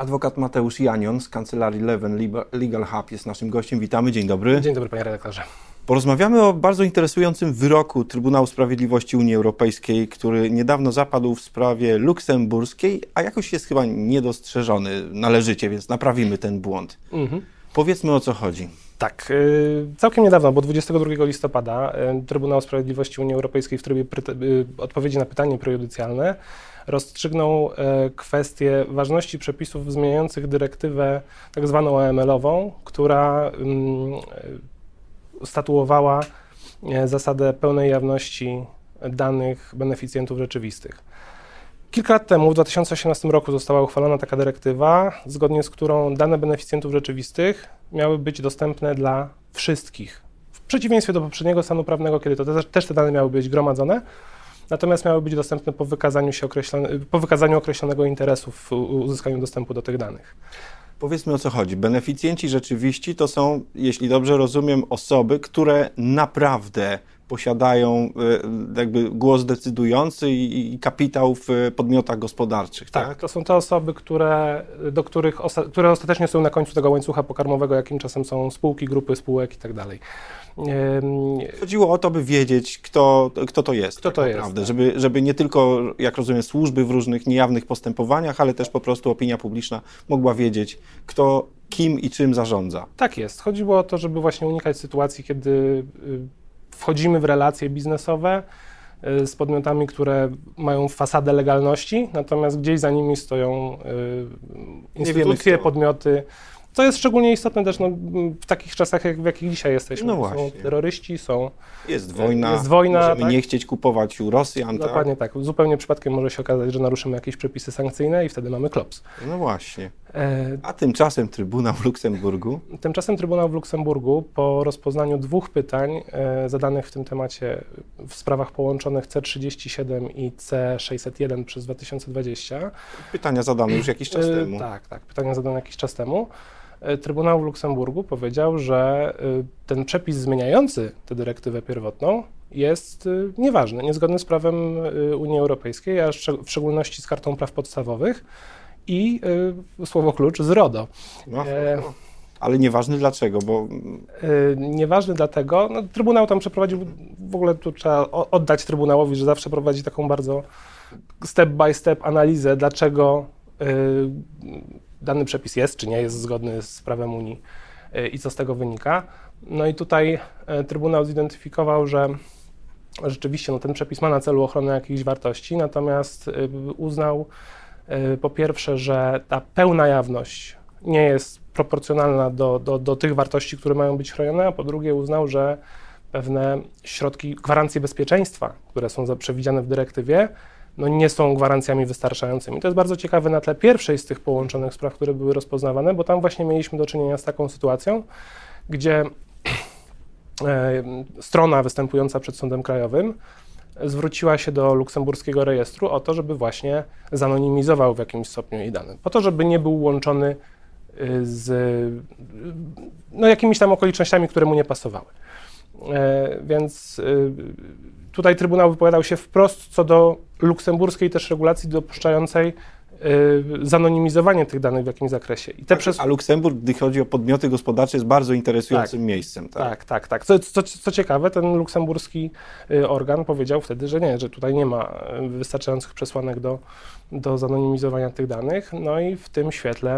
Adwokat Mateusz Janion z kancelarii Leven Legal Hub jest naszym gościem. Witamy, dzień dobry. Dzień dobry, panie redaktorze. Porozmawiamy o bardzo interesującym wyroku Trybunału Sprawiedliwości Unii Europejskiej, który niedawno zapadł w sprawie luksemburskiej, a jakoś jest chyba niedostrzeżony należycie, więc naprawimy ten błąd. Powiedzmy, o co chodzi. Tak, całkiem niedawno, bo 22 listopada Trybunał Sprawiedliwości Unii Europejskiej w trybie odpowiedzi na pytanie prejudycjalne rozstrzygnął kwestię ważności przepisów zmieniających dyrektywę tak zwaną AML-ową, która statuowała zasadę pełnej jawności danych beneficjentów rzeczywistych. Kilka lat temu, w 2018 roku, została uchwalona taka dyrektywa, zgodnie z którą dane beneficjentów rzeczywistych miały być dostępne dla wszystkich. W przeciwieństwie do poprzedniego stanu prawnego, kiedy to też te dane miały być gromadzone, natomiast miały być dostępne po wykazaniu określonego interesu w uzyskaniu dostępu do tych danych. Powiedzmy, o co chodzi. Beneficjenci rzeczywiści to są, jeśli dobrze rozumiem, osoby, które naprawdę posiadają jakby głos decydujący i kapitał w podmiotach gospodarczych. Tak, to są te osoby, które ostatecznie są na końcu tego łańcucha pokarmowego, jakim czasem są spółki, grupy spółek i tak dalej. Chodziło o to, by wiedzieć, kto to jest. Kto to jest. Żeby nie tylko, jak rozumiem, służby w różnych niejawnych postępowaniach, ale też po prostu opinia publiczna mogła wiedzieć, kto kim i czym zarządza. Tak jest. Chodziło o to, żeby właśnie unikać sytuacji, kiedy wchodzimy w relacje biznesowe z podmiotami, które mają fasadę legalności, natomiast gdzieś za nimi stoją instytucje, podmioty. Co jest szczególnie istotne też w takich czasach, w jakich dzisiaj jesteśmy. No właśnie. Są terroryści, Jest wojna, możemy nie chcieć kupować u Rosjan. Dokładnie tak. Zupełnie przypadkiem może się okazać, że naruszymy jakieś przepisy sankcyjne i wtedy mamy klops. No właśnie. A tymczasem Trybunał w Luksemburgu? Tymczasem Trybunał w Luksemburgu po rozpoznaniu dwóch pytań zadanych w tym temacie w sprawach połączonych C37 i C601 przez 2020. Pytania zadane już jakiś czas temu. Tak, pytania zadane jakiś czas temu. Trybunał w Luksemburgu powiedział, że ten przepis zmieniający tę dyrektywę pierwotną jest nieważny, niezgodny z prawem Unii Europejskiej, a w szczególności z Kartą Praw Podstawowych i słowo klucz z RODO. Ale nieważny dlaczego? Nieważny dlatego, Trybunał tam przeprowadził, w ogóle tu trzeba oddać Trybunałowi, że zawsze prowadzi taką bardzo step by step analizę, dlaczego dany przepis jest czy nie jest zgodny z prawem Unii i co z tego wynika. No i tutaj Trybunał zidentyfikował, że rzeczywiście ten przepis ma na celu ochronę jakichś wartości, natomiast uznał po pierwsze, że ta pełna jawność nie jest proporcjonalna do tych wartości, które mają być chronione, a po drugie uznał, że pewne środki, gwarancje bezpieczeństwa, które są przewidziane w dyrektywie, nie są gwarancjami wystarczającymi. To jest bardzo ciekawe na tle pierwszej z tych połączonych spraw, które były rozpoznawane, bo tam właśnie mieliśmy do czynienia z taką sytuacją, gdzie strona występująca przed Sądem Krajowym zwróciła się do luksemburskiego rejestru o to, żeby właśnie zanonimizował w jakimś stopniu jej dane, po to, żeby nie był łączony z jakimiś tam okolicznościami, które mu nie pasowały. Więc tutaj Trybunał wypowiadał się wprost co do luksemburskiej też regulacji dopuszczającej zanonimizowanie tych danych w jakimś zakresie. A Luksemburg, gdy chodzi o podmioty gospodarcze, jest bardzo interesującym miejscem. Tak. Co ciekawe, ten luksemburski organ powiedział wtedy, że nie, że tutaj nie ma wystarczających przesłanek do zanonimizowania tych danych. No i w tym świetle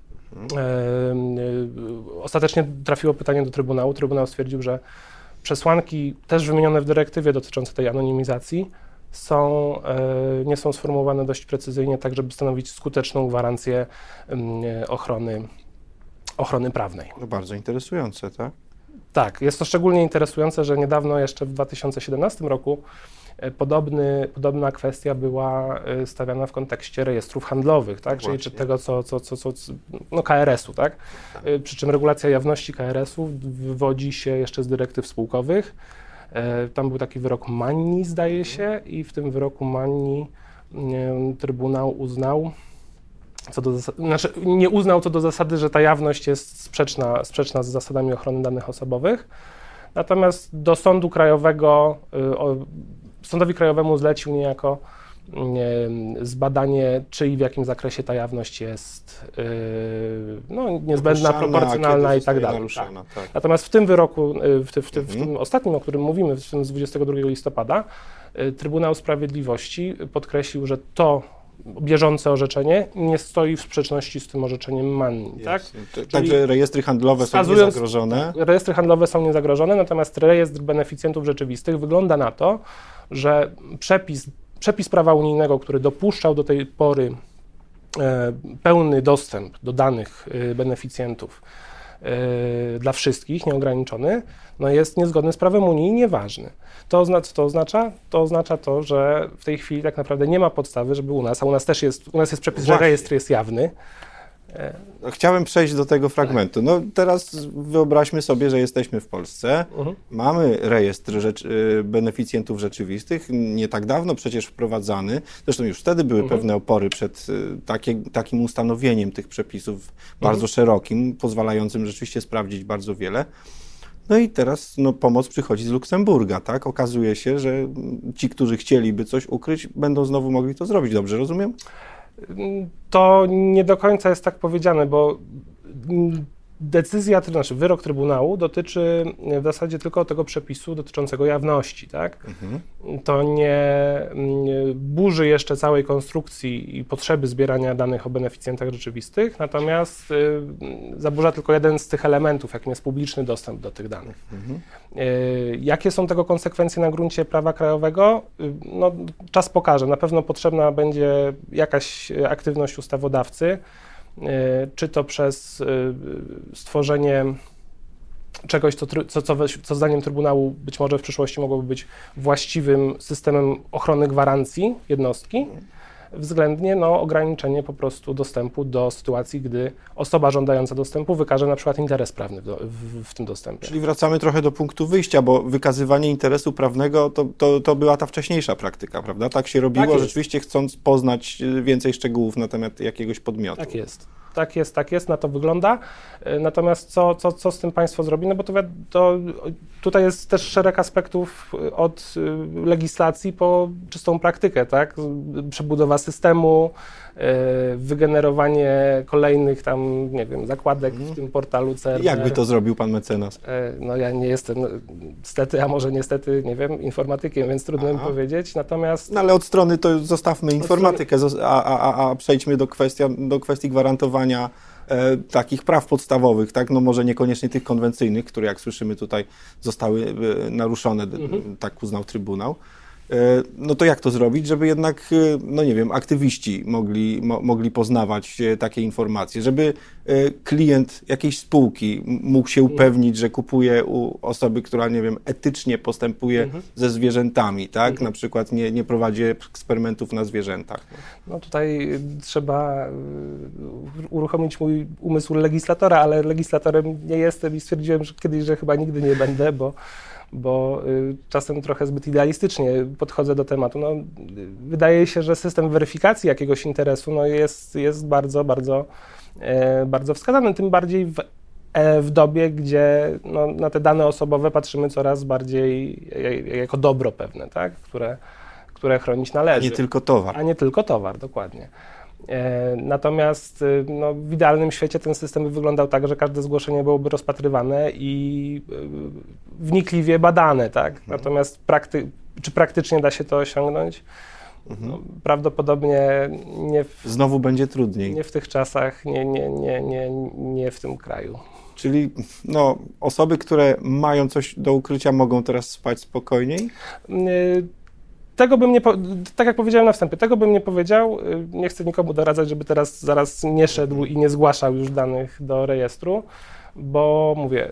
ostatecznie trafiło pytanie do Trybunału. Trybunał stwierdził, że przesłanki też wymienione w dyrektywie dotyczące tej anonimizacji nie są sformułowane dość precyzyjnie, tak żeby stanowić skuteczną gwarancję ochrony prawnej. No bardzo interesujące, tak? Tak, jest to szczególnie interesujące, że niedawno, jeszcze w 2017 roku, podobna kwestia była stawiana w kontekście rejestrów handlowych, tak? Czyli tego, KRS-u, tak? Przy czym regulacja jawności KRS-u wywodzi się jeszcze z dyrektyw spółkowych. Tam był taki wyrok Manni, zdaje się, i w tym wyroku Manni Trybunał uznał, nie uznał co do zasady, że ta jawność jest sprzeczna z zasadami ochrony danych osobowych, natomiast do Sądu Krajowego, Sądowi Krajowemu zlecił niejako zbadanie, czy i w jakim zakresie ta jawność jest niezbędna, proporcjonalna i tak dalej. Tak. Natomiast w tym wyroku, w tym ostatnim, o którym mówimy, w tym z 22 listopada, Trybunał Sprawiedliwości podkreślił, że to bieżące orzeczenie nie stoi w sprzeczności z tym orzeczeniem Manni. Tak? Także rejestry handlowe są niezagrożone? Rejestry handlowe są niezagrożone, natomiast rejestr beneficjentów rzeczywistych wygląda na to, że przepis prawa unijnego, który dopuszczał do tej pory pełny dostęp do danych beneficjentów dla wszystkich, nieograniczony, jest niezgodny z prawem Unii i nieważny. To oznacza? To oznacza to, że w tej chwili tak naprawdę nie ma podstawy, żeby u nas też jest przepis, że rejestr jest jawny. Chciałem przejść do tego fragmentu. Teraz wyobraźmy sobie, że jesteśmy w Polsce, mamy rejestr beneficjentów rzeczywistych, nie tak dawno przecież wprowadzany, zresztą już wtedy były pewne opory przed takim ustanowieniem tych przepisów bardzo szerokim, pozwalającym rzeczywiście sprawdzić bardzo wiele. No i teraz pomoc przychodzi z Luksemburga, tak? Okazuje się, że ci, którzy chcieliby coś ukryć, będą znowu mogli to zrobić. Dobrze rozumiem? To nie do końca jest tak powiedziane, bo wyrok Trybunału dotyczy w zasadzie tylko tego przepisu dotyczącego jawności, tak? To nie burzy jeszcze całej konstrukcji i potrzeby zbierania danych o beneficjentach rzeczywistych, natomiast zaburza tylko jeden z tych elementów, jakim jest publiczny dostęp do tych danych. Jakie są tego konsekwencje na gruncie prawa krajowego? Czas pokaże. Na pewno potrzebna będzie jakaś aktywność ustawodawcy, czy to przez stworzenie czegoś, co zdaniem Trybunału być może w przyszłości mogłoby być właściwym systemem ochrony gwarancji jednostki, względnie ograniczenie po prostu dostępu do sytuacji, gdy osoba żądająca dostępu wykaże na przykład interes prawny w tym dostępie. Czyli wracamy trochę do punktu wyjścia, bo wykazywanie interesu prawnego to była ta wcześniejsza praktyka, prawda? Tak się robiło, rzeczywiście chcąc poznać więcej szczegółów na temat jakiegoś podmiotu. Tak jest, na to wygląda. Natomiast co z tym państwo zrobi? Bo tutaj jest też szereg aspektów od legislacji po czystą praktykę, tak? Przebudowa systemu, wygenerowanie kolejnych tam, zakładek w tym portalu CRD. Jak by to zrobił pan mecenas? Ja nie jestem, stety, a może niestety, informatykiem, więc trudno mi powiedzieć, natomiast... Ale od strony to zostawmy informatykę, a przejdźmy do kwestii gwarantowania takich praw podstawowych, tak? Może niekoniecznie tych konwencyjnych, które jak słyszymy tutaj zostały naruszone, tak uznał Trybunał. To jak to zrobić, żeby jednak, aktywiści mogli poznawać takie informacje, żeby klient jakiejś spółki mógł się upewnić, że kupuje u osoby, która, etycznie postępuje ze zwierzętami, tak? Na przykład nie prowadzi eksperymentów na zwierzętach. Tutaj trzeba uruchomić mój umysł legislatora, ale legislatorem nie jestem i stwierdziłem kiedyś, że chyba nigdy nie będę, bo czasem trochę zbyt idealistycznie podchodzę do tematu. Wydaje się, że system weryfikacji jakiegoś interesu jest bardzo, bardzo, bardzo wskazany, tym bardziej w dobie, gdzie na te dane osobowe patrzymy coraz bardziej jako dobro pewne, tak? które chronić należy. A nie tylko towar, dokładnie. Natomiast w idealnym świecie ten system by wyglądał tak, że każde zgłoszenie byłoby rozpatrywane i wnikliwie badane, tak? Natomiast czy praktycznie da się to osiągnąć? Prawdopodobnie nie. Znowu będzie trudniej. Nie w tych czasach, nie w tym kraju. Czyli osoby, które mają coś do ukrycia, mogą teraz spać spokojniej? Tego bym nie, tak jak powiedziałem na wstępie, tego bym nie powiedział. Nie chcę nikomu doradzać, żeby zaraz nie szedł i nie zgłaszał już danych do rejestru, bo mówię,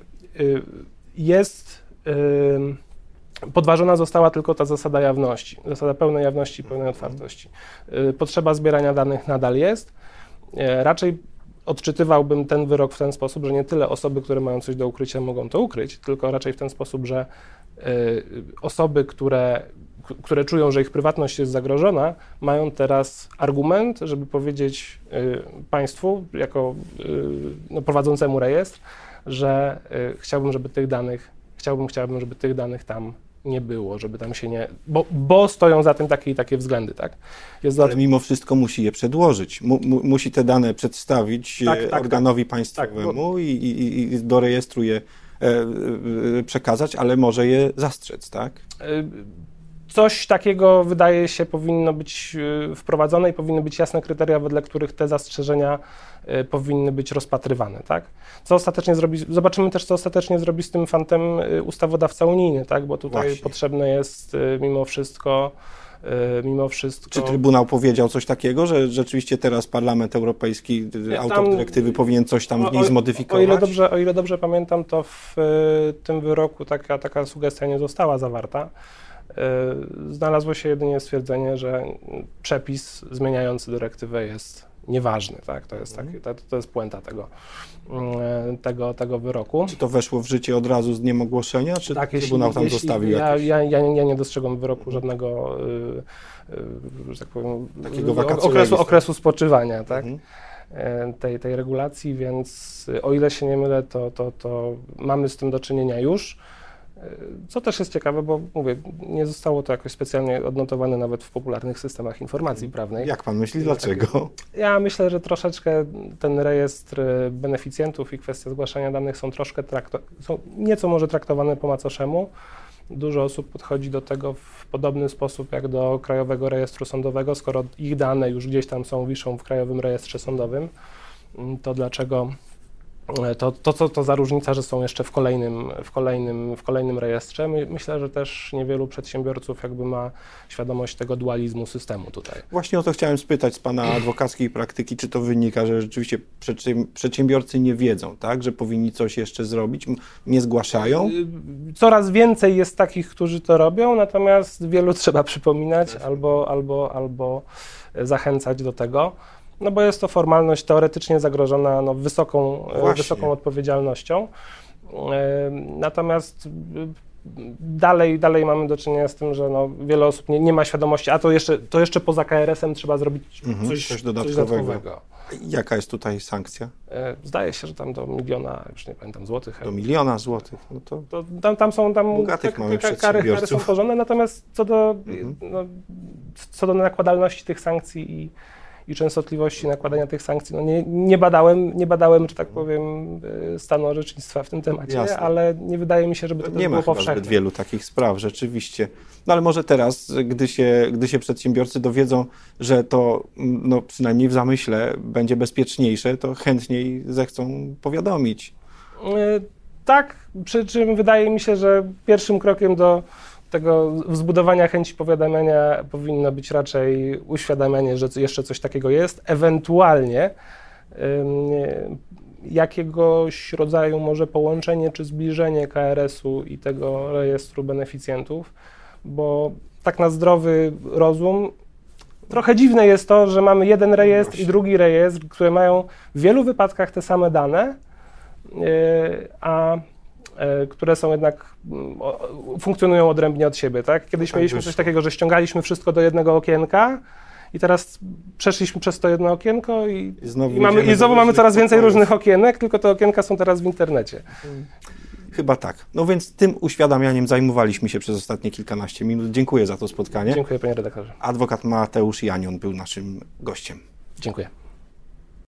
podważona została tylko ta zasada jawności, zasada pełnej jawności i pełnej otwartości. Potrzeba zbierania danych nadal jest. Raczej odczytywałbym ten wyrok w ten sposób, że nie tyle osoby, które mają coś do ukrycia, mogą to ukryć, tylko raczej w ten sposób, że osoby, które czują, że ich prywatność jest zagrożona, mają teraz argument, żeby powiedzieć państwu, jako prowadzącemu rejestr, że chciałbym, żeby tych danych tam nie było, żeby tam się nie... Bo stoją za tym takie i takie względy, tak? Ale mimo wszystko musi je przedłożyć. Musi te dane przedstawić organowi państwowemu i do rejestru je przekazać, ale może je zastrzec, tak? Coś takiego, wydaje się, powinno być wprowadzone i powinny być jasne kryteria, wedle których te zastrzeżenia powinny być rozpatrywane, tak? Zobaczymy też, co ostatecznie zrobi z tym fantem ustawodawca unijny, tak? Bo tutaj potrzebne jest mimo wszystko... Czy Trybunał powiedział coś takiego, że rzeczywiście teraz Parlament Europejski, autor dyrektywy, powinien coś tam w niej zmodyfikować? O ile dobrze pamiętam, to w tym wyroku taka sugestia nie została zawarta. Znalazło się jedynie stwierdzenie, że przepis zmieniający dyrektywę jest nieważny, tak? To jest puenta tego wyroku. Czy to weszło w życie od razu z dniem ogłoszenia, czy Trybunał tam zostawił jakieś? Ja nie dostrzegam w wyroku żadnego, że tak powiem, takiego okresu spoczywania, tak? Tej regulacji, więc o ile się nie mylę, to mamy z tym do czynienia już. Co też jest ciekawe, bo mówię, nie zostało to jakoś specjalnie odnotowane nawet w popularnych systemach informacji prawnej. Jak pan myśli, dlaczego? Ja myślę, że troszeczkę ten rejestr beneficjentów i kwestia zgłaszania danych są nieco może traktowane po macoszemu. Dużo osób podchodzi do tego w podobny sposób jak do Krajowego Rejestru Sądowego, skoro ich dane już gdzieś tam wiszą w Krajowym Rejestrze Sądowym, to dlaczego co to za różnica, że są jeszcze w kolejnym rejestrze? Myślę, że też niewielu przedsiębiorców jakby ma świadomość tego dualizmu systemu tutaj. Właśnie o to chciałem spytać z pana adwokackiej praktyki, czy to wynika, że rzeczywiście przedsiębiorcy nie wiedzą, tak, że powinni coś jeszcze zrobić, nie zgłaszają? Coraz więcej jest takich, którzy to robią, natomiast wielu trzeba przypominać albo zachęcać do tego. No bo jest to formalność teoretycznie zagrożona wysoką odpowiedzialnością. Natomiast dalej mamy do czynienia z tym, że wiele osób nie ma świadomości, a to jeszcze poza KRS-em trzeba zrobić coś dodatkowego. Jaka jest tutaj sankcja? Zdaje się, że tam do 1 000 000, już nie pamiętam, złotych. Do 1 000 000 złotych. No to tam są kary są porządne, natomiast co do nakładalności tych sankcji i częstotliwości nakładania tych sankcji, nie badałem, że tak powiem, stanu orzecznictwa w tym temacie. Jasne. Ale nie wydaje mi się, żeby to było powszechne. Nie ma zbyt wielu takich spraw, rzeczywiście. No ale może teraz, gdy się przedsiębiorcy dowiedzą, że to przynajmniej w zamyśle będzie bezpieczniejsze, to chętniej zechcą powiadomić. Tak, przy czym wydaje mi się, że pierwszym krokiem do tego zbudowania chęci powiadamiania powinno być raczej uświadamianie, że jeszcze coś takiego jest, ewentualnie jakiegoś rodzaju może połączenie czy zbliżenie KRS-u i tego rejestru beneficjentów, bo tak na zdrowy rozum trochę dziwne jest to, że mamy jeden rejestr i drugi rejestr, które mają w wielu wypadkach te same dane, a które są jednak, funkcjonują odrębnie od siebie, tak? Kiedyś mieliśmy coś takiego, że ściągaliśmy wszystko do jednego okienka i teraz przeszliśmy przez to jedno okienko i znowu mamy coraz więcej różnych okienek, tylko te okienka są teraz w internecie. Chyba tak. No więc tym uświadamianiem zajmowaliśmy się przez ostatnie kilkanaście minut. Dziękuję za to spotkanie. Dziękuję, panie redaktorze. Adwokat Mateusz Janion był naszym gościem. Dziękuję.